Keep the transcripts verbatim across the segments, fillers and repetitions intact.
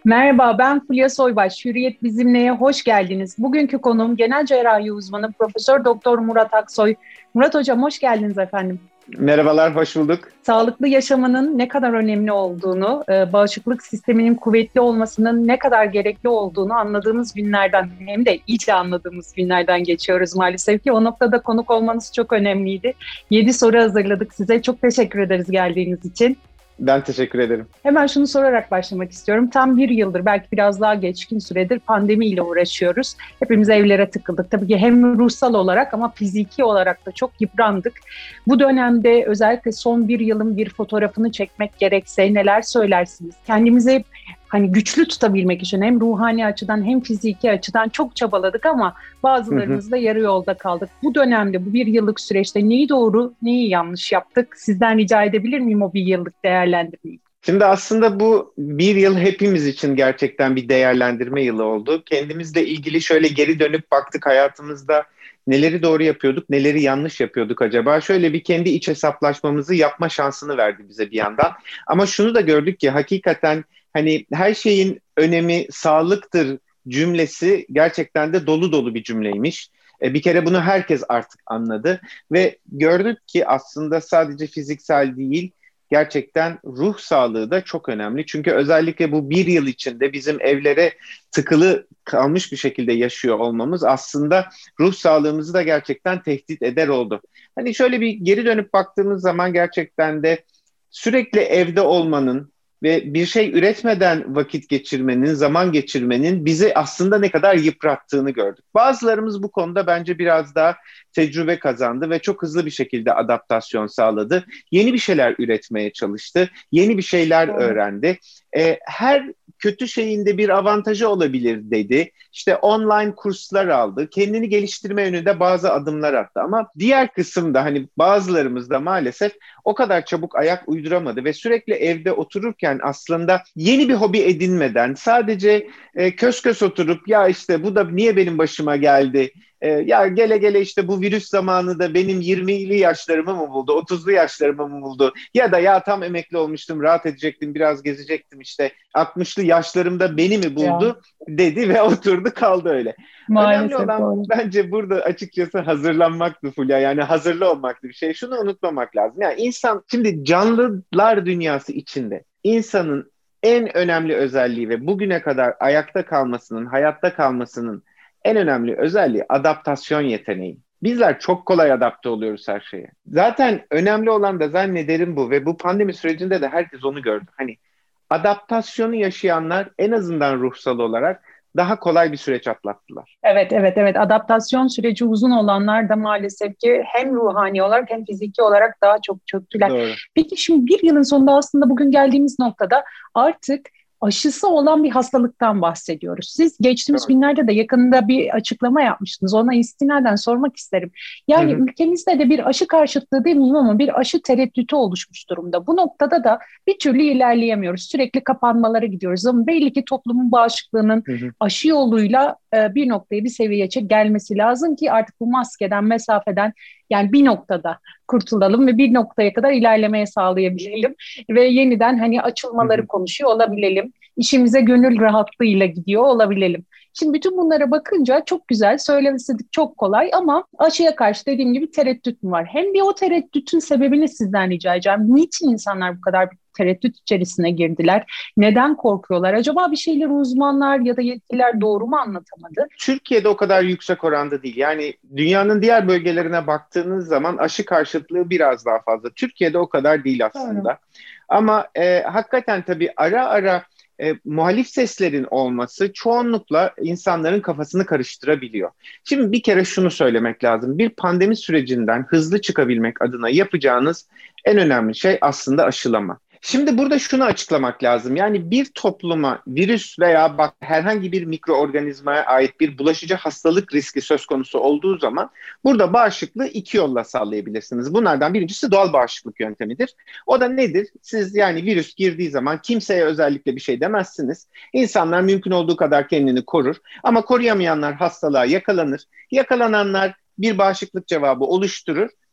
Merhaba, ben Fulya Soybaş. Hürriyet Bizimle'ye hoş geldiniz. Bugünkü konuğum genel cerrahi uzmanı Profesör Doktor Murat Aksoy. Murat Hocam hoş geldiniz efendim. Merhabalar, hoş bulduk. Sağlıklı yaşamanın ne kadar önemli olduğunu, e, bağışıklık sisteminin kuvvetli olmasının ne kadar gerekli olduğunu anladığımız günlerden, hem de iyice anladığımız günlerden geçiyoruz maalesef ki. O noktada konuk olmanız çok önemliydi. Yedi soru hazırladık size. Çok teşekkür ederiz geldiğiniz için. Ben teşekkür ederim. Hemen şunu sorarak başlamak istiyorum. Tam bir yıldır, belki biraz daha geçkin süredir pandemiyle uğraşıyoruz. Hepimiz evlere tıkıldık. Tabii ki hem ruhsal olarak ama fiziki olarak da çok yıprandık. Bu dönemde özellikle son bir yılın bir fotoğrafını çekmek gerekse neler söylersiniz? Kendimizi hani güçlü tutabilmek için hem ruhani açıdan hem fiziki açıdan çok çabaladık ama Hı hı. bazılarımız da yarı yolda kaldık. Bu dönemde, bu bir yıllık süreçte neyi doğru, neyi yanlış yaptık? Sizden rica edebilir miyim o bir yıllık değerlendirmeyi? Şimdi aslında bu bir yıl hepimiz için gerçekten bir değerlendirme yılı oldu. Kendimizle ilgili şöyle geri dönüp baktık hayatımızda neleri doğru yapıyorduk, neleri yanlış yapıyorduk acaba? Şöyle bir kendi iç hesaplaşmamızı yapma şansını verdi bize bir yandan. Ama şunu da gördük ki hakikaten hani her şeyin önemi sağlıktır cümlesi gerçekten de dolu dolu bir cümleymiş. E, Bir kere bunu herkes artık anladı ve gördük ki aslında sadece fiziksel değil, gerçekten ruh sağlığı da çok önemli. Çünkü özellikle bu bir yıl içinde bizim evlere tıkılı kalmış bir şekilde yaşıyor olmamız aslında ruh sağlığımızı da gerçekten tehdit eder oldu. Hani şöyle bir geri dönüp baktığımız zaman gerçekten de sürekli evde olmanın ve bir şey üretmeden vakit geçirmenin, zaman geçirmenin bizi aslında ne kadar yıprattığını gördük. Bazılarımız bu konuda bence biraz daha tecrübe kazandı ve çok hızlı bir şekilde adaptasyon sağladı. Yeni bir şeyler üretmeye çalıştı, yeni bir şeyler Doğru. öğrendi. E, her kötü şeyinde bir avantajı olabilir dedi. İşte online kurslar aldı, kendini geliştirme yönünde bazı adımlar attı. Ama diğer kısımda hani bazılarımız da maalesef o kadar çabuk ayak uyduramadı ve sürekli evde otururken aslında yeni bir hobi edinmeden sadece e, kös kös oturup ya işte bu da niye benim başıma geldi? E, ya gele gele işte bu virüs zamanı da benim yirmili yaşlarımı mı buldu, otuzlu yaşlarımı mı buldu? Ya da ya tam emekli olmuştum, rahat edecektim, biraz gezecektim işte altmışlı yaşlarımda beni mi Ya, buldu dedi ve oturdu kaldı öyle. Önemli maalesef olan doğru. bence burada açıkçası hazırlanmaktı Fulya. Yani hazırlı olmaktı bir şey. Şunu unutmamak lazım. Yani insan şimdi canlılar dünyası içinde insanın en önemli özelliği ve bugüne kadar ayakta kalmasının, hayatta kalmasının en önemli özelliği adaptasyon yeteneği. Bizler çok kolay adapte oluyoruz her şeye. Zaten önemli olan da zannederim bu ve bu pandemi sürecinde de herkes onu gördü. Hani adaptasyonu yaşayanlar en azından ruhsal olarak daha kolay bir süreç atlattılar. Evet, evet, evet. Adaptasyon süreci uzun olanlar da maalesef ki hem ruhani olarak hem fiziki olarak daha çok çöktüler. Doğru. Peki şimdi bir yılın sonunda aslında bugün geldiğimiz noktada artık aşısı olan bir hastalıktan bahsediyoruz. Siz geçtiğimiz Doğru. günlerde de yakında bir açıklama yapmıştınız. Ona istinaden sormak isterim. Hı Yani hı. ülkemizde de bir aşı karşıtlığı demeyeyim ama bir aşı tereddütü oluşmuş durumda. Bu noktada da bir türlü ilerleyemiyoruz. Sürekli kapanmalara gidiyoruz ama belli ki toplumun bağışıklığının Hı hı. aşı yoluyla e, bir noktaya bir seviyeye çek- gelmesi lazım ki artık bu maskeden, mesafeden yani bir noktada kurtulalım ve bir noktaya kadar ilerlemeye sağlayabilelim ve yeniden hani Hı açılmaları hı. konuşuyor olabilelim. İşimize gönül rahatlığıyla gidiyor olabilelim. Şimdi bütün bunlara bakınca çok güzel, söylemesi çok kolay ama aşıya karşı dediğim gibi tereddüt mü var? Hem bir o tereddütün sebebini sizden rica edeceğim. Niçin insanlar bu kadar bir tereddüt içerisine girdiler? Neden korkuyorlar? Acaba bir şeyleri uzmanlar ya da yetkililer doğru mu anlatamadı? Türkiye'de o kadar yüksek oranda değil. Yani dünyanın diğer bölgelerine baktığınız zaman aşı karşıtlığı biraz daha fazla. Türkiye'de o kadar değil Doğru. aslında. Ama e, hakikaten tabii ara ara e, muhalif seslerin olması çoğunlukla insanların kafasını karıştırabiliyor. Şimdi bir kere şunu söylemek lazım. Bir pandemi sürecinden hızlı çıkabilmek adına yapacağınız en önemli şey aslında aşılama. Şimdi burada şunu açıklamak lazım. Yani bir topluma virüs veya bak herhangi bir mikroorganizmaya ait bir bulaşıcı hastalık riski söz konusu olduğu zaman burada bağışıklığı iki yolla sağlayabilirsiniz. Bunlardan birincisi doğal bağışıklık yöntemidir. O da nedir? Siz yani virüs girdiği zaman kimseye özellikle bir şey demezsiniz. İnsanlar mümkün olduğu kadar kendini korur. Ama koruyamayanlar hastalığa yakalanır. Yakalananlar bir bağışıklık cevabı oluşturur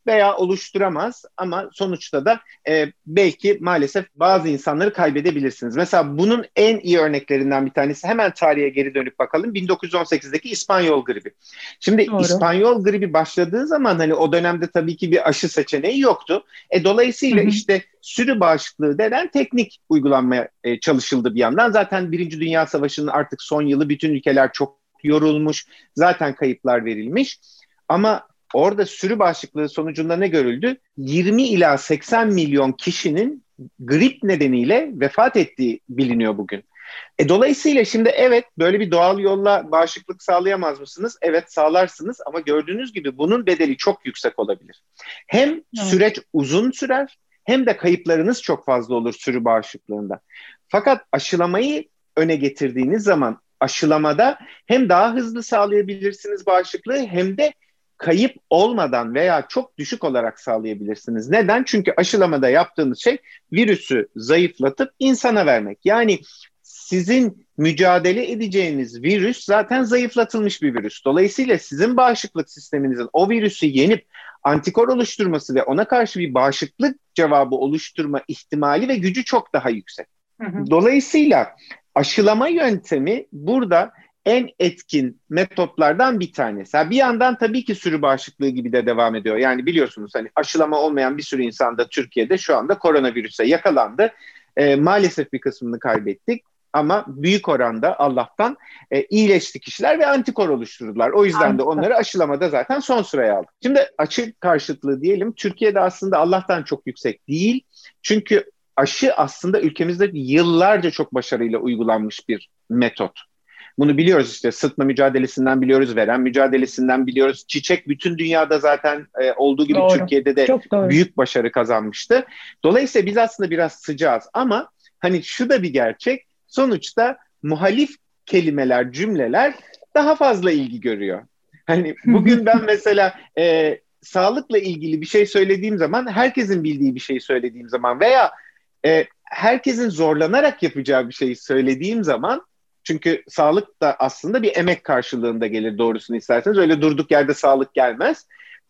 veya oluşturamaz ama sonuçta da e, belki maalesef bazı insanları kaybedebilirsiniz. Mesela bunun en iyi örneklerinden bir tanesi, hemen tarihe geri dönüp bakalım, bin dokuz yüz on sekizdeki İspanyol gribi. Şimdi Doğru. İspanyol gribi başladığı zaman hani o dönemde tabii ki bir aşı seçeneği yoktu. E, dolayısıyla Hı hı. işte sürü bağışıklığı denen teknik uygulanmaya e, çalışıldı bir yandan. Zaten Birinci Dünya Savaşı'nın artık son yılı, bütün ülkeler çok yorulmuş, zaten kayıplar verilmiş. Ama orada sürü bağışıklığı sonucunda ne görüldü? yirmi ila seksen milyon kişinin grip nedeniyle vefat ettiği biliniyor bugün. E, dolayısıyla şimdi evet, böyle bir doğal yolla bağışıklık sağlayamaz mısınız? Evet, sağlarsınız ama gördüğünüz gibi bunun bedeli çok yüksek olabilir. Hem Evet. süreç uzun sürer hem de kayıplarınız çok fazla olur sürü bağışıklığında. Fakat aşılamayı öne getirdiğiniz zaman aşılamada hem daha hızlı sağlayabilirsiniz bağışıklığı hem de kayıp olmadan veya çok düşük olarak sağlayabilirsiniz. Neden? Çünkü aşılamada yaptığınız şey virüsü zayıflatıp insana vermek. Yani sizin mücadele edeceğiniz virüs zaten zayıflatılmış bir virüs. Dolayısıyla sizin bağışıklık sisteminizin o virüsü yenip antikor oluşturması ve ona karşı bir bağışıklık cevabı oluşturma ihtimali ve gücü çok daha yüksek. Hı hı. Dolayısıyla aşılama yöntemi burada en etkin metotlardan bir tanesi. Ha, bir yandan tabii ki sürü bağışıklığı gibi de devam ediyor. Yani biliyorsunuz hani aşılama olmayan bir sürü insan da Türkiye'de şu anda koronavirüse yakalandı. E, maalesef bir kısmını kaybettik. Ama büyük oranda Allah'tan e, iyileşti kişiler ve antikor oluşturdular. O yüzden de onları aşılamada zaten son sıraya aldık. Şimdi aşı karşıtlığı diyelim. Türkiye'de aslında Allah'tan çok yüksek değil. Çünkü aşı aslında ülkemizde yıllarca çok başarıyla uygulanmış bir metot. Bunu biliyoruz, işte sıtma mücadelesinden biliyoruz, verem mücadelesinden biliyoruz. Çiçek bütün dünyada zaten e, olduğu gibi Doğru. Türkiye'de de Çok doğru. büyük başarı kazanmıştı. Dolayısıyla biz aslında biraz sıcağız ama hani şu da bir gerçek. Sonuçta muhalif kelimeler, cümleler daha fazla ilgi görüyor. Hani bugün ben mesela e, sağlıkla ilgili bir şey söylediğim zaman, herkesin bildiği bir şey söylediğim zaman veya e, herkesin zorlanarak yapacağı bir şeyi söylediğim zaman, çünkü sağlık da aslında bir emek karşılığında gelir doğrusunu isterseniz. Öyle durduk yerde sağlık gelmez.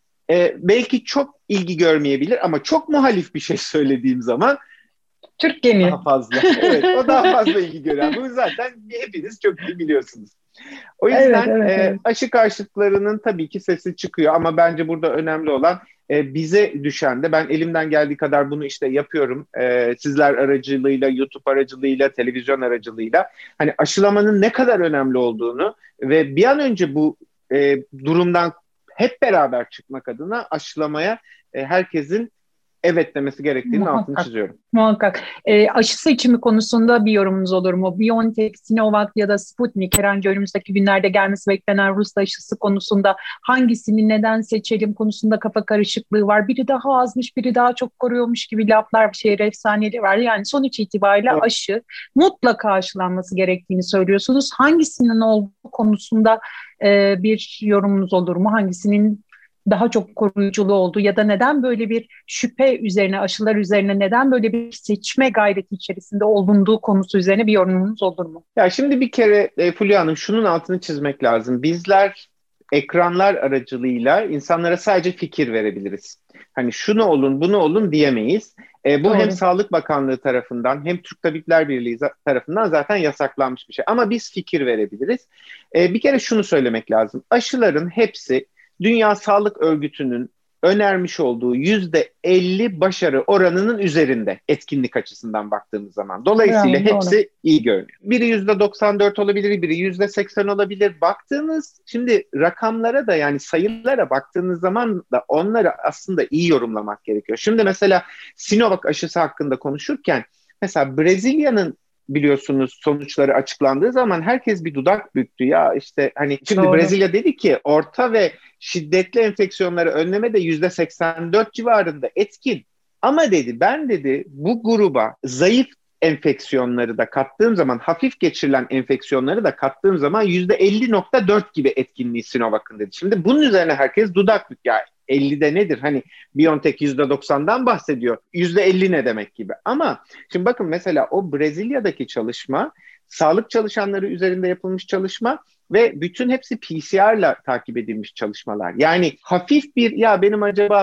E, belki çok ilgi görmeyebilir ama çok muhalif bir şey söylediğim zaman Türk geni. daha fazla. Evet, o daha fazla ilgi görüyor. Bunu zaten hepiniz çok iyi biliyorsunuz. O yüzden Evet, evet, e, evet. aşı karşıtlarının tabii ki sesi çıkıyor ama bence burada önemli olan e, bize düşen de, ben elimden geldiği kadar bunu işte yapıyorum. E, sizler aracılığıyla, YouTube aracılığıyla, televizyon aracılığıyla hani aşılamanın ne kadar önemli olduğunu ve bir an önce bu e, durumdan hep beraber çıkmak adına aşılamaya e, herkesin evet demesi gerektiğinin altını Muhakkak. çiziyorum. Muhakkak. E, aşı seçimi konusunda bir yorumunuz olur mu? BioNTech, Sinovac ya da Sputnik, herhangi önümüzdeki günlerde gelmesi beklenen Rus aşısı konusunda hangisini neden seçelim konusunda kafa karışıklığı var. Biri daha azmış, biri daha çok koruyormuş gibi laflar, bir şehir efsaneleri var. Yani sonuç itibariyle Evet. aşı mutlaka aşılanması gerektiğini söylüyorsunuz. Hangisinin olduğu konusunda e, bir yorumunuz olur mu? Hangisinin daha çok koruyuculuğu oldu ya da neden böyle bir şüphe üzerine, aşılar üzerine neden böyle bir seçme gayreti içerisinde olunduğu konusu üzerine bir yorumunuz olur mu? Ya şimdi bir kere e, Fulya Hanım, şunun altını çizmek lazım. Bizler ekranlar aracılığıyla insanlara sadece fikir verebiliriz. Hani şunu olun, bunu olun diyemeyiz. E, bu Doğru. hem Sağlık Bakanlığı tarafından hem Türk Tabipler Birliği za- tarafından zaten yasaklanmış bir şey. Ama biz fikir verebiliriz. E, bir kere şunu söylemek lazım. Aşıların hepsi Dünya Sağlık Örgütü'nün önermiş olduğu yüzde elli başarı oranının üzerinde etkinlik açısından baktığımız zaman. Dolayısıyla Bravo, doğru. hepsi iyi görünüyor. Biri yüzde doksan dört olabilir, biri yüzde seksen olabilir. Baktığınız şimdi rakamlara da, yani sayılara baktığınız zaman da onları aslında iyi yorumlamak gerekiyor. Şimdi mesela Sinovac aşısı hakkında konuşurken mesela Brezilya'nın biliyorsunuz sonuçları açıklandığı zaman herkes bir dudak büktü. Ya işte hani şimdi Doğru. Brezilya dedi ki orta ve şiddetli enfeksiyonları önleme de yüzde seksen dört civarında etkin. Ama dedi ben dedi bu gruba zayıf enfeksiyonları da kattığım zaman, hafif geçirilen enfeksiyonları da kattığım zaman yüzde elli nokta dört gibi etkinliği Sinovac'ın dedi. Şimdi bunun üzerine herkes dudak büktü. Ya ellide nedir? Hani BioNTech yüzde doksandan bahsediyor. yüzde elli ne demek gibi. Ama şimdi bakın mesela o Brezilya'daki çalışma, sağlık çalışanları üzerinde yapılmış çalışma ve bütün hepsi P C R'la takip edilmiş çalışmalar. Yani hafif bir ya benim acaba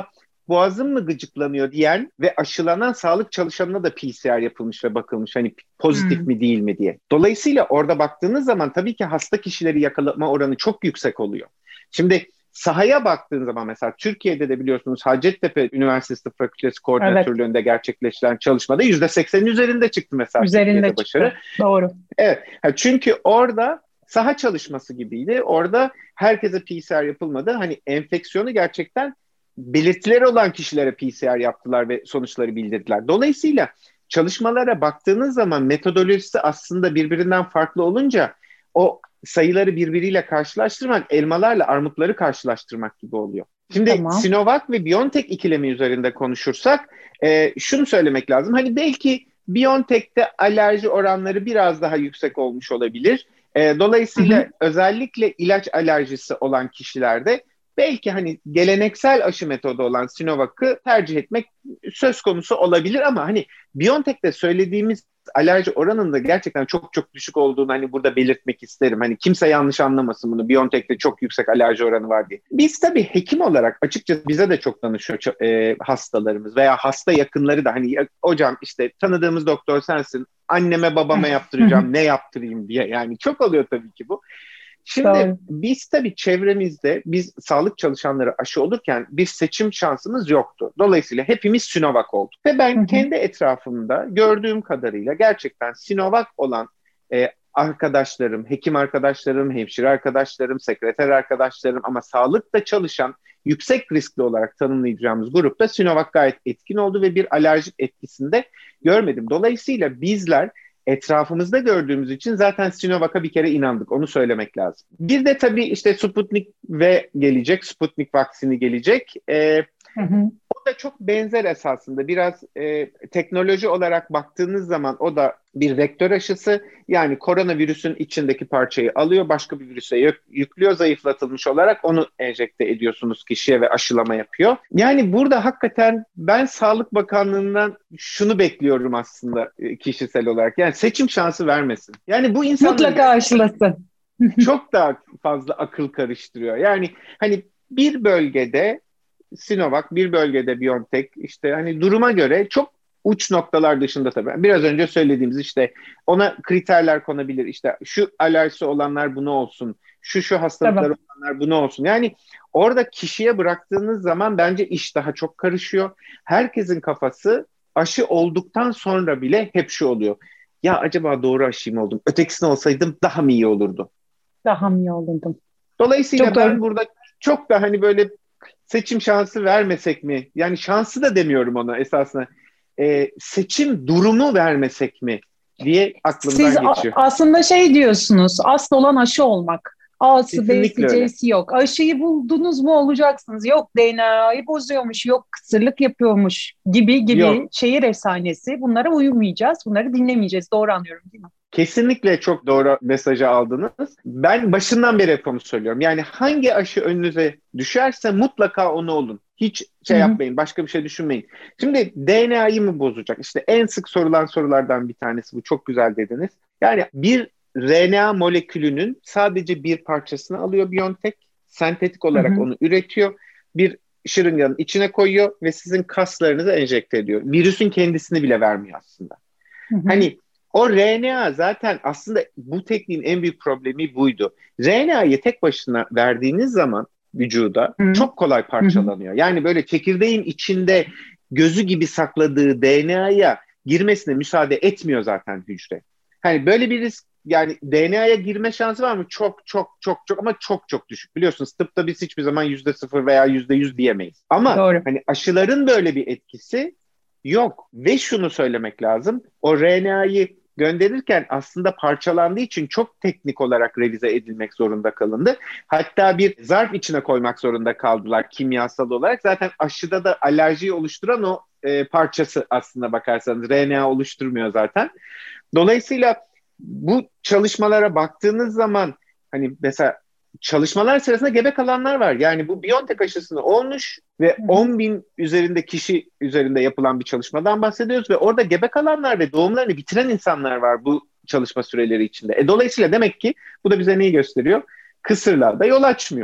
boğazım mı gıcıklanıyor diyen ve aşılanan sağlık çalışanına da P C R yapılmış ve bakılmış hani pozitif Hmm. mi değil mi diye. Dolayısıyla orada baktığınız zaman tabii ki hasta kişileri yakalama oranı çok yüksek oluyor. Şimdi sahaya baktığın zaman mesela Türkiye'de de biliyorsunuz Hacettepe Üniversitesi Tıp Fakültesi Evet, koordinatörlüğünde gerçekleştirilen çalışmada yüzde seksenin üzerinde çıktı mesela üzerinde Türkiye'de başarı. çıktı. Doğru. Evet, çünkü orada saha çalışması gibiydi. Orada herkese P C R yapılmadı. Hani enfeksiyonu gerçekten belirtileri olan kişilere P C R yaptılar ve sonuçları bildirdiler. Dolayısıyla çalışmalara baktığınız zaman metodolojisi aslında birbirinden farklı olunca o sayıları birbiriyle karşılaştırmak elmalarla armutları karşılaştırmak gibi oluyor. Şimdi Tamam. Sinovac ve BioNTech ikilemi üzerinde konuşursak e, şunu söylemek lazım. Hani belki BioNTech'te alerji oranları biraz daha yüksek olmuş olabilir. E, Hı hı. dolayısıyla özellikle ilaç alerjisi olan kişilerde belki hani geleneksel aşı metodu olan Sinovac'ı tercih etmek söz konusu olabilir ama hani BioNTech'te söylediğimiz alerji oranında gerçekten çok çok düşük olduğunu hani burada belirtmek isterim. Hani kimse yanlış anlamasın bunu. BioNTech'te çok yüksek alerji oranı var diye. Biz tabii hekim olarak açıkçası bize de çok danışıyor e, hastalarımız veya hasta yakınları da hani hocam işte tanıdığımız doktor sensin. Anneme babama yaptıracağım ne yaptırayım diye yani çok oluyor tabii ki bu. Şimdi Doğru. biz tabii çevremizde biz sağlık çalışanları aşı olurken bir seçim şansımız yoktu. Dolayısıyla hepimiz Sinovac olduk. Ve Hı ben hı. kendi etrafımda gördüğüm kadarıyla gerçekten Sinovac olan e, arkadaşlarım, hekim arkadaşlarım, hemşire arkadaşlarım, sekreter arkadaşlarım ama sağlıkta çalışan yüksek riskli olarak tanımlayacağımız grupta Sinovac gayet etkin oldu ve bir alerjik etkisini de görmedim. Dolayısıyla bizler etrafımızda gördüğümüz için zaten Sinovac'a bir kere inandık. Onu söylemek lazım. Bir de tabii işte Sputnik V gelecek. Sputnik vaksini gelecek. Ee, Hı hı. O da çok benzer esasında. Biraz e, teknoloji olarak baktığınız zaman o da bir vektör aşısı. Yani koronavirüsün içindeki parçayı alıyor, başka bir virüse yük- yüklüyor zayıflatılmış olarak. Onu enjekte ediyorsunuz kişiye ve aşılama yapıyor. Yani burada hakikaten ben Sağlık Bakanlığı'ndan şunu bekliyorum aslında e, kişisel olarak. Yani seçim şansı vermesin. Yani bu insanları Mutlaka aşılasın. çok daha fazla akıl karıştırıyor. Yani hani bir bölgede Sinovac, bir bölgede BioNTech işte hani duruma göre çok uç noktalar dışında tabii. Biraz önce söylediğimiz işte ona kriterler konabilir. İşte şu alerjisi olanlar bunu olsun. Şu şu hastalıkları Tabii. olanlar bunu olsun. Yani orada kişiye bıraktığınız zaman bence iş daha çok karışıyor. Herkesin kafası aşı olduktan sonra bile hep şu oluyor. Ya acaba doğru aşıyı mı oldum? Ötekisini olsaydım daha mı iyi olurdu? Daha mı iyi olurdum? Çok Dolayısıyla doğru. ben burada çok da hani böyle seçim şansı vermesek mi? Yani şansı da demiyorum ona esasında. Ee, seçim durumu vermesek mi diye Siz aklımdan a- geçiyor. aslında şey diyorsunuz, asıl olan aşı olmak. A'sı, Kesinlikle B'si, öyle. C'si yok. Aşıyı buldunuz mu olacaksınız. Yok D N A'yı bozuyormuş, yok kısırlık yapıyormuş gibi gibi Yok. şehir efsanesi. Bunlara uymayacağız, bunları dinlemeyeceğiz. Doğru anlıyorum değil mi? Kesinlikle çok doğru mesajı aldınız. Ben başından beri hep onu söylüyorum. Yani hangi aşı önünüze düşerse mutlaka onu olun. Hiç Hı şey hı. yapmayın, başka bir şey düşünmeyin. Şimdi D N A'yı mı bozacak? İşte en sık sorulan sorulardan bir tanesi bu. Çok güzel dediniz. Yani bir R N A molekülünün sadece bir parçasını alıyor BioNTech. Sentetik Hı olarak hı. onu üretiyor. Bir şırınganın içine koyuyor ve sizin kaslarınıza enjekte ediyor. Virüsün kendisini bile vermiyor aslında. Hı hı. Hani o R N A zaten aslında bu tekniğin en büyük problemi buydu. R N A'yı tek başına verdiğiniz zaman vücuda Hı hı. çok kolay Hı hı. parçalanıyor. Yani böyle çekirdeğin içinde gözü gibi sakladığı D N A'ya girmesine müsaade etmiyor zaten hücre. Hani böyle bir risk yani D N A'ya girme şansı var mı? Çok çok çok çok ama çok çok düşük. Biliyorsunuz tıpta biz hiçbir zaman yüzde sıfır veya yüzde yüz diyemeyiz. Ama Doğru. hani aşıların böyle bir etkisi yok. Ve şunu söylemek lazım. O R N A'yı gönderirken aslında parçalandığı için çok teknik olarak revize edilmek zorunda kalındı. Hatta bir zarf içine koymak zorunda kaldılar kimyasal olarak. Zaten aşıda da alerjiyi oluşturan o e, parçası aslında bakarsanız R N A oluşturmuyor zaten. Dolayısıyla bu çalışmalara baktığınız zaman hani mesela çalışmalar sırasında gebe kalanlar var. Yani bu BioNTech aşısını olmuş ve Hı hı. on bin üzerinde kişi üzerinde yapılan bir çalışmadan bahsediyoruz ve orada gebe kalanlar ve doğumlarını bitiren insanlar var bu çalışma süreleri içinde. E, dolayısıyla demek ki bu da bize neyi gösteriyor? Kısırlığa da yol açmıyor.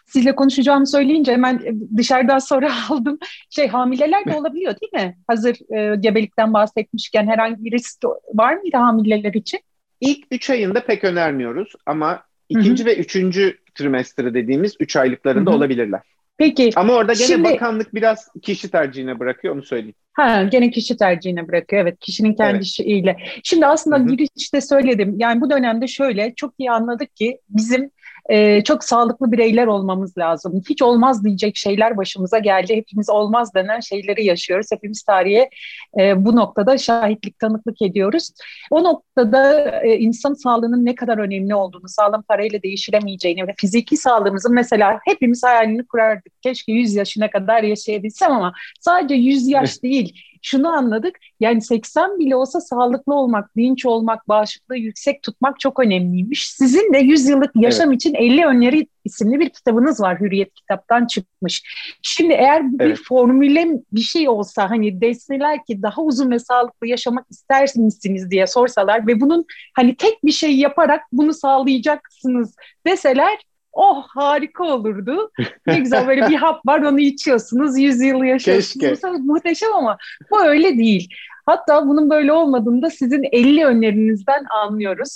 Sizle konuşacağımı söyleyince hemen dışarıdan soru aldım. Şey, hamileler de olabiliyor değil mi? Hazır e, gebelikten bahsetmişken herhangi bir risk var mıydı hamileler için? İlk üç ayında pek önermiyoruz ama Hı hı. ikinci ve üçüncü trimestri dediğimiz üç Hı aylıklarında hı. olabilirler. Peki Ama orada gene şimdi bakanlık biraz kişi tercihine bırakıyor, onu söyleyeyim. ha, gene kişi tercihine bırakıyor. Evet, kişinin kendi Evet. şeyiyle. Şimdi Hı aslında hı. girişte söyledim. Yani bu dönemde şöyle çok iyi anladık ki bizim e, çok sağlıklı bireyler olmamız lazım. Hiç olmaz diyecek şeyler başımıza geldi. Hepimiz olmaz denen şeyleri yaşıyoruz. Hepimiz tarihe e, bu noktada şahitlik, tanıklık ediyoruz. O noktada e, insan sağlığının ne kadar önemli olduğunu, sağlığın parayla değişilemeyeceğini ve fiziki sağlığımızın mesela hepimiz hayalini kurardık. Keşke yüz yaşına kadar yaşayabilsem ama sadece yüz yaş değil. Şunu anladık, yani seksen bile olsa sağlıklı olmak, dinç olmak, bağışıklığı yüksek tutmak çok önemliymiş. Sizin de yüz yıllık Evet, yaşam için elli öneri isimli bir kitabınız var, Hürriyet kitaptan çıkmış. Şimdi eğer bu bir evet. formüle bir şey olsa, hani deseler ki daha uzun ve sağlıklı yaşamak ister misiniz diye sorsalar ve bunun hani tek bir şey yaparak bunu sağlayacaksınız deseler, oh harika olurdu. Ne güzel, böyle bir hap var, onu içiyorsunuz, yüz yıl yaşıyorsunuz. Keşke. Mesela muhteşem ama bu öyle değil. Hatta bunun böyle olmadığını da sizin elli önerinizden anlıyoruz.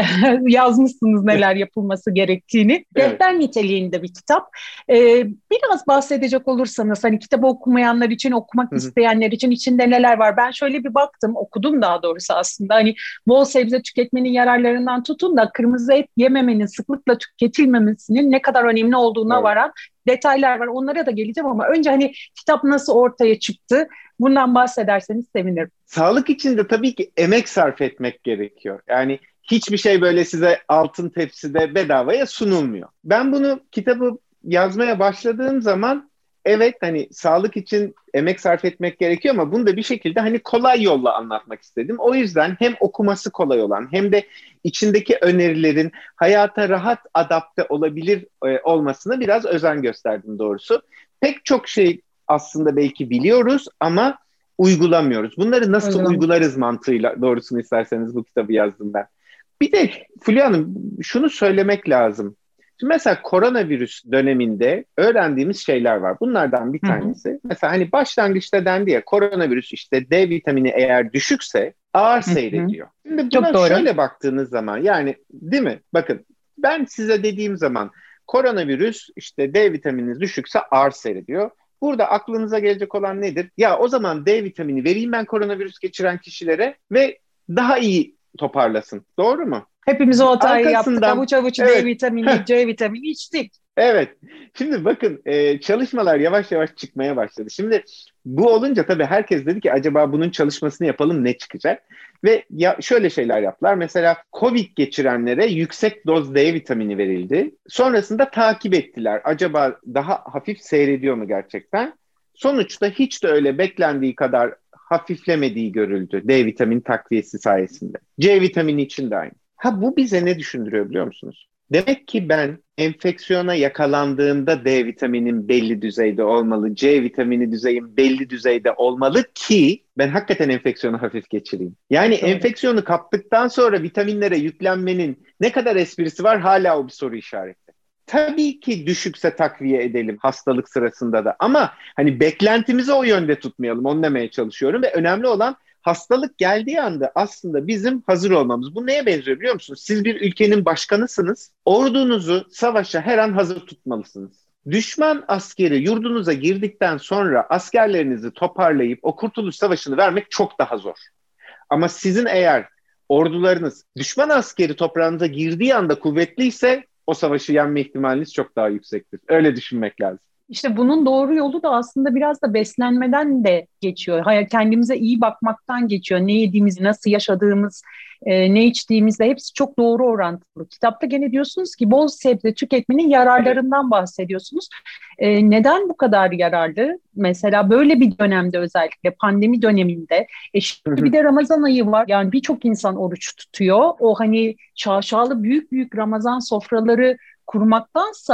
Yazmışsınız neler yapılması gerektiğini. Evet. Rehber niteliğinde bir kitap. Ee, biraz bahsedecek olursanız, hani kitabı okumayanlar için, okumak Hı hı. isteyenler için içinde neler var? Ben şöyle bir baktım, okudum daha doğrusu aslında. Hani bol sebze tüketmenin yararlarından tutun da kırmızı et yememenin, sıklıkla tüketilmemesinin ne kadar önemli olduğuna Doğru. varan detaylar var. Onlara da geleceğim ama önce hani kitap nasıl ortaya çıktı? Bundan bahsederseniz sevinirim. Sağlık için de tabii ki emek sarf etmek gerekiyor. Yani hiçbir şey böyle size altın tepside bedavaya sunulmuyor. Ben bunu, kitabı yazmaya başladığım zaman evet, hani sağlık için emek sarf etmek gerekiyor ama bunu da bir şekilde hani kolay yolla anlatmak istedim. O yüzden hem okuması kolay olan hem de içindeki önerilerin hayata rahat adapte olabilir e, olmasına biraz özen gösterdim doğrusu. Pek çok şey aslında belki biliyoruz ama uygulamıyoruz. Bunları nasıl Uygulam. uygularız mantığıyla, doğrusunu isterseniz, bu kitabı yazdım ben. Bir de Fulya Hanım, şunu söylemek lazım. Şimdi mesela koronavirüs döneminde öğrendiğimiz şeyler var. Bunlardan bir Hı hı. tanesi, mesela hani başlangıçta dendi ya, koronavirüs işte D vitamini eğer düşükse ağır Hı hı. seyrediyor. Şimdi Çok buna doğru. şöyle baktığınız zaman, yani değil mi? Bakın, ben size dediğim zaman koronavirüs işte D vitamininiz düşükse ağır seyrediyor. Burada aklınıza gelecek olan nedir? Ya o zaman D vitamini vereyim ben koronavirüs geçiren kişilere ve daha iyi toparlasın. Doğru mu? Hepimiz o hatayı yaptık. Arkasından Avuç avuç D evet, vitamini, C vitamini içtik. evet. Şimdi bakın, e, çalışmalar yavaş yavaş çıkmaya başladı. Şimdi bu olunca tabii herkes dedi ki acaba bunun çalışmasını yapalım, ne çıkacak? Ve ya şöyle şeyler yaptılar. Mesela Covid geçirenlere yüksek doz D vitamini verildi. Sonrasında takip ettiler. Acaba daha hafif seyrediyor mu gerçekten? Sonuçta hiç de öyle beklendiği kadar hafiflemediği görüldü D vitamini takviyesi sayesinde. C vitamini için de aynı. Ha, bu bize ne düşündürüyor biliyor musunuz? Demek ki ben enfeksiyona yakalandığımda D vitaminim belli düzeyde olmalı, C vitamini düzeyim belli düzeyde olmalı ki ben hakikaten enfeksiyonu hafif geçireyim. Yani Çok doğru. enfeksiyonu kaptıktan sonra vitaminlere yüklenmenin ne kadar esprisi var, hala o bir soru işareti. Tabii ki düşükse takviye edelim hastalık sırasında da, ama hani beklentimizi o yönde tutmayalım, onu demeye çalışıyorum. Ve önemli olan, hastalık geldiği anda aslında bizim hazır olmamız. Bu neye benziyor biliyor musunuz? Siz bir ülkenin başkanısınız. Ordunuzu savaşa her an hazır tutmalısınız. Düşman askeri yurdunuza girdikten sonra askerlerinizi toparlayıp o Kurtuluş Savaşı'nı vermek çok daha zor. Ama sizin eğer ordularınız düşman askeri toprağınıza girdiği anda kuvvetliyse o savaşı yenme ihtimaliniz çok daha yüksektir. Öyle düşünmek lazım. İşte bunun doğru yolu da aslında biraz da beslenmeden de geçiyor. Hayır, kendimize iyi bakmaktan geçiyor. Ne yediğimiz, nasıl yaşadığımız, e, ne içtiğimizle hepsi çok doğru orantılı. Kitapta gene diyorsunuz ki bol sebze tüketmenin Evet. yararlarından bahsediyorsunuz. E, neden bu kadar yararlı? Mesela böyle bir dönemde, özellikle pandemi döneminde, e şimdi bir de Ramazan ayı var. Yani birçok insan oruç tutuyor. O hani şaşalı büyük büyük Ramazan sofraları kurmaktansa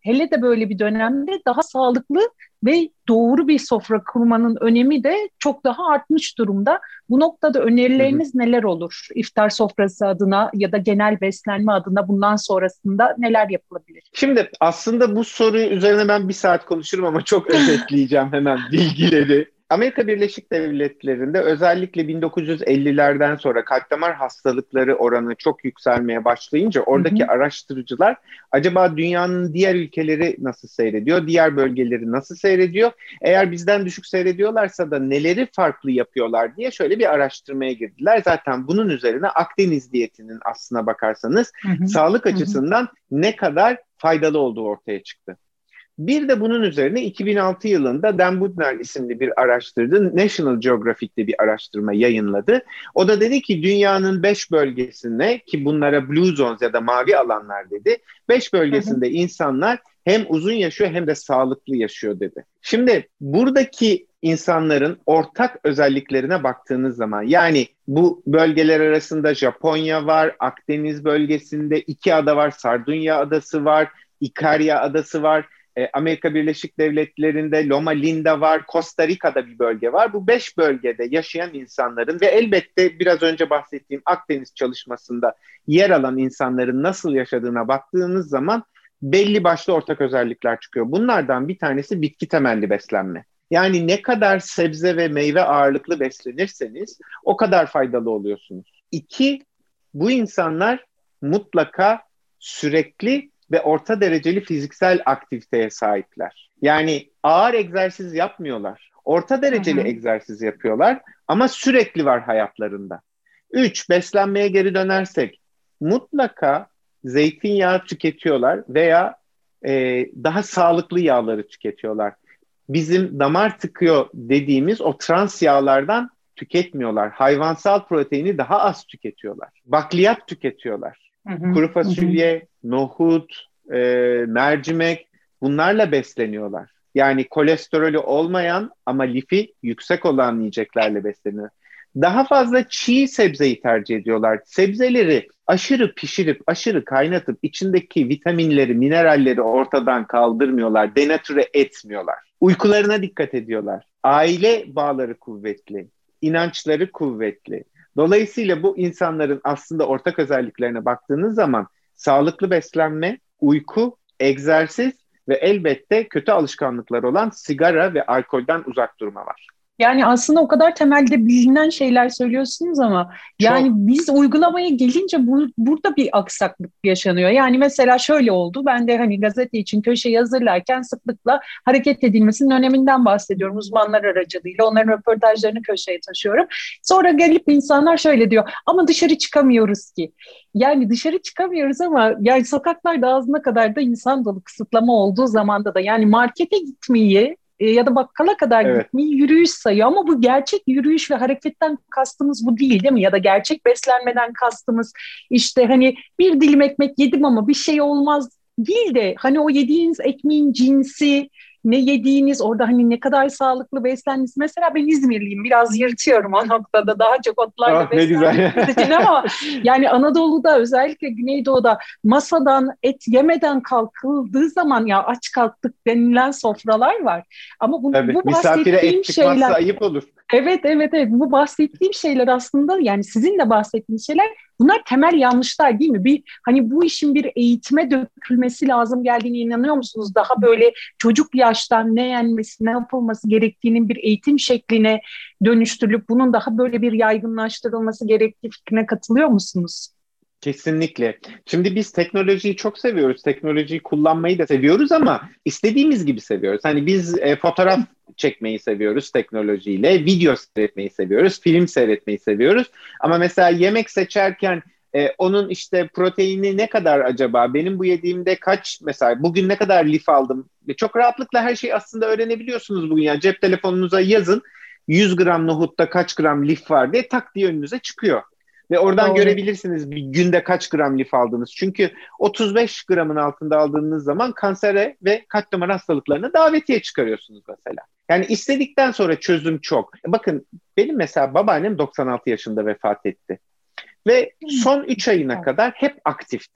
hele de böyle bir dönemde daha sağlıklı ve doğru bir sofra kurmanın önemi de çok daha artmış durumda. Bu noktada Hı hı. önerileriniz neler olur? İftar sofrası adına ya da genel beslenme adına bundan sonrasında neler yapılabilir? Şimdi aslında bu soru üzerine ben bir saat konuşurum ama çok özetleyeceğim hemen bilgileri. Amerika Birleşik Devletleri'nde özellikle bin dokuz yüz ellilerden sonra kalp damar hastalıkları oranı çok yükselmeye başlayınca Hı hı, oradaki araştırıcılar acaba dünyanın diğer ülkeleri nasıl seyrediyor, diğer bölgeleri nasıl seyrediyor, eğer bizden düşük seyrediyorlarsa da neleri farklı yapıyorlar diye şöyle bir araştırmaya girdiler. Zaten bunun üzerine Akdeniz diyetinin aslına bakarsanız hı hı, sağlık hı hı. açısından ne kadar faydalı olduğu ortaya çıktı. Bir de bunun üzerine iki bin altı yılında Dan Budner isimli bir araştırıcı National Geographic'te bir araştırma yayınladı. O da dedi ki dünyanın beş bölgesine, ki bunlara Blue Zones ya da mavi alanlar dedi, beş Hı hı. bölgesinde insanlar hem uzun yaşıyor hem de sağlıklı yaşıyor dedi. Şimdi buradaki insanların ortak özelliklerine baktığınız zaman, yani bu bölgeler arasında Japonya var, Akdeniz bölgesinde iki ada var, Sardunya adası var, Icaria adası var. Amerika Birleşik Devletleri'nde Loma Linda var, Costa Rica'da bir bölge var. Bu beş bölgede yaşayan insanların ve elbette biraz önce bahsettiğim Akdeniz çalışmasında yer alan insanların nasıl yaşadığına baktığınız zaman belli başlı ortak özellikler çıkıyor. Bunlardan bir tanesi bitki temelli beslenme. Yani ne kadar sebze ve meyve ağırlıklı beslenirseniz o kadar faydalı oluyorsunuz. İki, bu insanlar mutlaka sürekli ve orta dereceli fiziksel aktiviteye sahipler. Yani ağır egzersiz yapmıyorlar. Orta Hı dereceli hı. egzersiz yapıyorlar ama sürekli var hayatlarında. Üç, beslenmeye geri dönersek mutlaka zeytinyağı tüketiyorlar veya e, daha sağlıklı yağları tüketiyorlar. Bizim damar tıkıyor dediğimiz o trans yağlardan tüketmiyorlar. Hayvansal proteini daha az tüketiyorlar. Bakliyat tüketiyorlar. Hı hı, Kuru hı hı. fasulye, nohut, e, mercimek, bunlarla besleniyorlar. Yani kolesterolü olmayan ama lifi yüksek olan yiyeceklerle besleniyor. Daha fazla çiğ sebzeyi tercih ediyorlar. Sebzeleri aşırı pişirip, aşırı kaynatıp içindeki vitaminleri, mineralleri ortadan kaldırmıyorlar, denatüre etmiyorlar. Uykularına dikkat ediyorlar. Aile bağları kuvvetli, inançları kuvvetli. Dolayısıyla bu insanların aslında ortak özelliklerine baktığınız zaman sağlıklı beslenme, uyku, egzersiz ve elbette kötü alışkanlıklar olan sigara ve alkolden uzak durma var. Yani aslında o kadar temelde bilinen şeyler söylüyorsunuz ama yani Çok. biz uygulamaya gelince bu, burada bir aksaklık yaşanıyor. Yani mesela şöyle oldu. Ben de hani gazete için köşeyi hazırlarken sıklıkla hareket edilmesinin öneminden bahsediyorum uzmanlar aracılığıyla. Onların röportajlarını köşeye taşıyorum. Sonra gelip insanlar şöyle diyor. Ama dışarı çıkamıyoruz ki. Yani dışarı çıkamıyoruz ama yani sokaklarda ağzına kadar da insan dolu, kısıtlama olduğu zamanda da yani markete gitmeyi e, ya da bakkala kadar Evet. gitmeyi yürüyüş sayıyor. Ama bu gerçek yürüyüş ve hareketten kastımız bu değil, değil mi? Ya da gerçek beslenmeden kastımız işte hani bir dilim ekmek yedim ama bir şey olmaz değil de hani o yediğiniz ekmeğin cinsi, ne yediğiniz, orada hani ne kadar sağlıklı beslendiniz. Mesela ben İzmirliyim, biraz yırtıyorum o noktada, daha çok otlarla Ah, ne güzel. beslendiğimiz için ama yani Anadolu'da, özellikle Güneydoğu'da masadan et yemeden kalkıldığı zaman ya aç kalktık denilen sofralar var. Ama bu, Tabii. bu Misafire bahsettiğim et çıkmazsa şeyler, ayıp olur. evet evet evet, bu bahsettiğim şeyler aslında yani sizin de bahsettiğiniz şeyler, bunlar temel yanlışlar değil mi? Bir hani bu işin bir eğitime dökülmesi lazım geldiğine inanıyor musunuz? Daha böyle çocuk yaştan ne yenmesi, ne yapılması gerektiğinin bir eğitim şekline dönüştürülüp bunun daha böyle bir yaygınlaştırılması gerektiği fikrine katılıyor musunuz? Kesinlikle. Şimdi biz teknolojiyi çok seviyoruz. Teknolojiyi kullanmayı da seviyoruz ama istediğimiz gibi seviyoruz. Hani biz e, fotoğraf çekmeyi seviyoruz teknolojiyle, video seyretmeyi seviyoruz, film seyretmeyi seviyoruz. Ama mesela yemek seçerken e, onun işte proteini ne kadar acaba? Benim bu yediğimde kaç, mesela bugün ne kadar lif aldım? Ve çok rahatlıkla her şeyi aslında öğrenebiliyorsunuz bugün. Yani cep telefonunuza yazın yüz gram nohutta kaç gram lif var diye tak diye önünüze çıkıyor. Ve oradan Doğru. görebilirsiniz bir günde kaç gram lif aldınız. Çünkü otuz beş gramın altında aldığınız zaman kansere ve kalp damar hastalıklarına davetiye çıkarıyorsunuz mesela. Yani istedikten sonra çözüm çok. Bakın benim mesela babaannem doksan altı yaşında vefat etti. Ve son üç ayına kadar hep aktifti.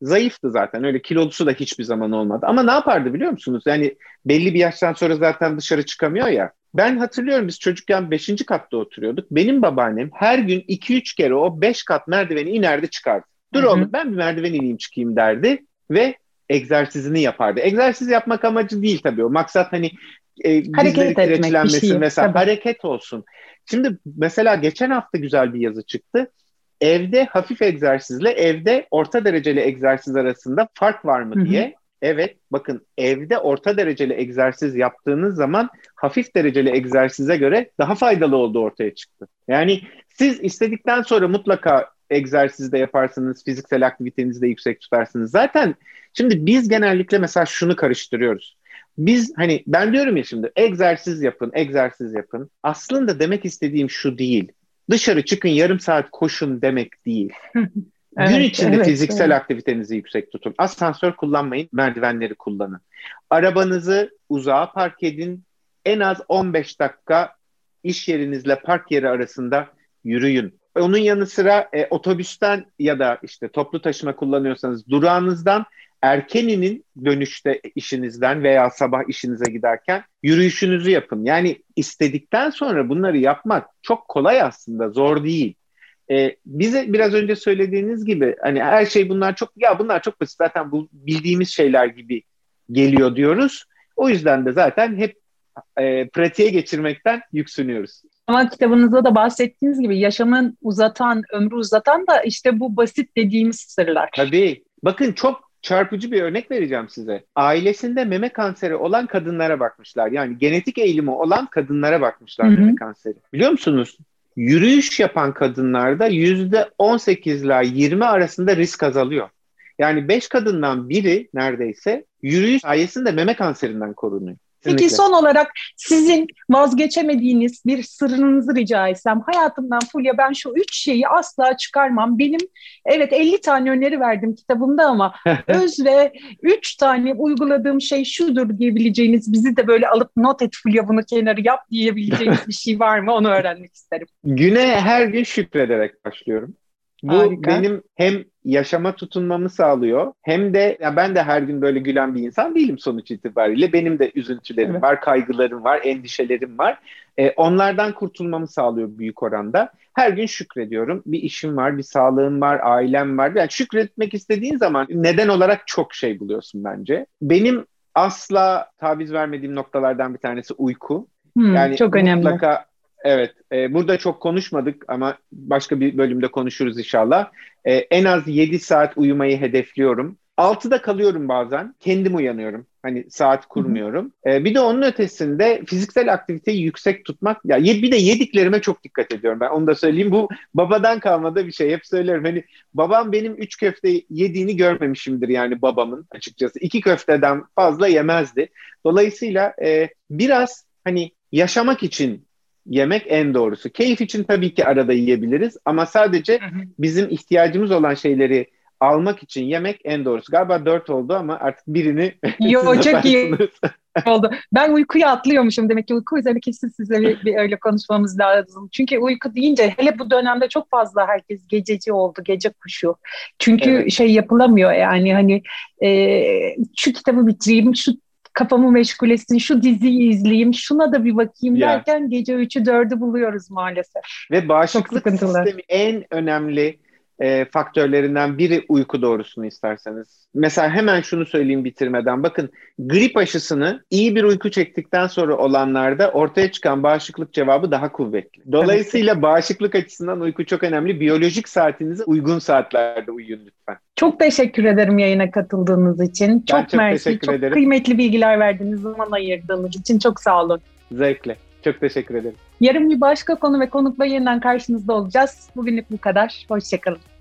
zayıftı zaten. Öyle kilolusu da hiçbir zaman olmadı. Ama ne yapardı biliyor musunuz? Yani belli bir yaştan sonra zaten dışarı çıkamıyor ya. Ben hatırlıyorum, biz çocukken beşinci katta oturuyorduk. Benim babaannem her gün iki üç kere o beş kat merdiveni inerdi çıkardı. Dur oğlum, ben bir merdiven ineyim çıkayım derdi ve egzersizini yapardı. Egzersiz yapmak amacı değil tabii o. Maksat hani e, dizleri kireçlenmesin şey, vesaire. Tabii. Hareket olsun. Şimdi mesela geçen hafta güzel bir yazı çıktı. Evde hafif egzersizle evde orta dereceli egzersiz arasında fark var mı diye. Hı hı. Evet, bakın, evde orta dereceli egzersiz yaptığınız zaman hafif dereceli egzersize göre daha faydalı olduğu ortaya çıktı. Yani siz istedikten sonra mutlaka egzersiz de yaparsınız, fiziksel aktivitenizi de yüksek tutarsınız. Zaten şimdi biz genellikle mesela şunu karıştırıyoruz. Biz hani ben diyorum ya şimdi egzersiz yapın, egzersiz yapın. Aslında demek istediğim şu değil. Dışarı çıkın, yarım saat koşun demek değil. Evet, gün içinde evet, fiziksel evet. aktivitenizi yüksek tutun. Asansör kullanmayın, merdivenleri kullanın. Arabanızı uzağa park edin. En az on beş dakika iş yerinizle park yeri arasında yürüyün. Onun yanı sıra e, otobüsten ya da işte toplu taşıma kullanıyorsanız durağınızdan erken inin, dönüşte işinizden veya sabah işinize giderken yürüyüşünüzü yapın. Yani istedikten sonra bunları yapmak çok kolay aslında, zor değil. Ee, bize biraz önce söylediğiniz gibi hani her şey bunlar çok, ya bunlar çok basit zaten, bu bildiğimiz şeyler gibi geliyor diyoruz. O yüzden de zaten hep e, pratiğe geçirmekten yüksünüyoruz. Ama kitabınızda da bahsettiğiniz gibi yaşamın uzatan, ömrü uzatan da işte bu basit dediğimiz sırlar. Tabii. Bakın çok çarpıcı bir örnek vereceğim size. Ailesinde meme kanseri olan kadınlara bakmışlar. Yani genetik eğilimi olan kadınlara bakmışlar, hı hı. meme kanseri. Biliyor musunuz? Yürüyüş yapan kadınlarda yüzde on sekiz ile yirmi arasında risk azalıyor. Yani beş kadından biri neredeyse yürüyüş sayesinde meme kanserinden korunuyor. Peki son olarak sizin vazgeçemediğiniz bir sırrınızı rica etsem. Hayatımdan Fulya ben şu üç şeyi asla çıkarmam. Benim evet elli tane öneri verdim kitabımda ama öz ve üç tane uyguladığım şey şudur diyebileceğiniz, bizi de böyle alıp not et Fulya bunu kenarı yap diyebileceğiniz bir şey var mı? Onu öğrenmek isterim. Güne her gün şükrederek başlıyorum. Bu Harika. Benim hem yaşama tutunmamı sağlıyor hem de ya ben de her gün böyle gülen bir insan değilim sonuç itibariyle. Benim de üzüntülerim evet. var, kaygılarım var, endişelerim var. Ee, onlardan kurtulmamı sağlıyor büyük oranda. Her gün şükrediyorum. Bir işim var, bir sağlığım var, ailem var. Yani şükretmek istediğin zaman neden olarak çok şey buluyorsun bence. Benim asla taviz vermediğim noktalardan bir tanesi uyku. Hmm, yani çok önemli. Mutlaka evet, e, burada çok konuşmadık ama başka bir bölümde konuşuruz inşallah. E, en az yedi saat uyumayı hedefliyorum. altıda kalıyorum bazen, kendim uyanıyorum. Hani saat kurmuyorum. E, bir de onun ötesinde fiziksel aktiviteyi yüksek tutmak. Ya bir de yediklerime çok dikkat ediyorum. Ben onu da söyleyeyim. Bu babadan kalma da bir şey. Hep söylerim. Hani babam benim üç köfte yediğini görmemişimdir yani babamın açıkçası. İki köfteden fazla yemezdi. Dolayısıyla e, biraz hani yaşamak için yemek en doğrusu. Keyif için tabii ki arada yiyebiliriz ama sadece hı hı. bizim ihtiyacımız olan şeyleri almak için yemek en doğrusu. Galiba dört oldu ama artık birini Yo, çok iyi oldu. Ben uykuya atlıyormuşum. Demek ki uyku üzerine kesin size bir, bir öyle konuşmamız lazım. Çünkü uyku deyince hele bu dönemde çok fazla herkes gececi oldu. Gece kuşu. Çünkü evet. şey yapılamıyor yani hani e, şu kitabı bitireyim, şu kafamı meşgul etsin, şu diziyi izleyeyim, şuna da bir bakayım ya. derken gece üçü dördü buluyoruz maalesef. Ve bağışıklık sistemi en önemli e, faktörlerinden biri uyku doğrusunu isterseniz. Mesela hemen şunu söyleyeyim bitirmeden. Bakın grip aşısını iyi bir uyku çektikten sonra olanlarda ortaya çıkan bağışıklık cevabı daha kuvvetli. Dolayısıyla evet. bağışıklık açısından uyku çok önemli. Biyolojik saatinize uygun saatlerde uyuyun lütfen. Çok teşekkür ederim yayına katıldığınız için. Çok, çok mersi, çok ederim. Kıymetli bilgiler verdiğiniz, zaman ayırdığınız için çok sağ olun. Zevkle. Çok teşekkür ederim. Yarın bir başka konu ve konukla yeniden karşınızda olacağız. Bugünlük bu kadar. Hoşçakalın.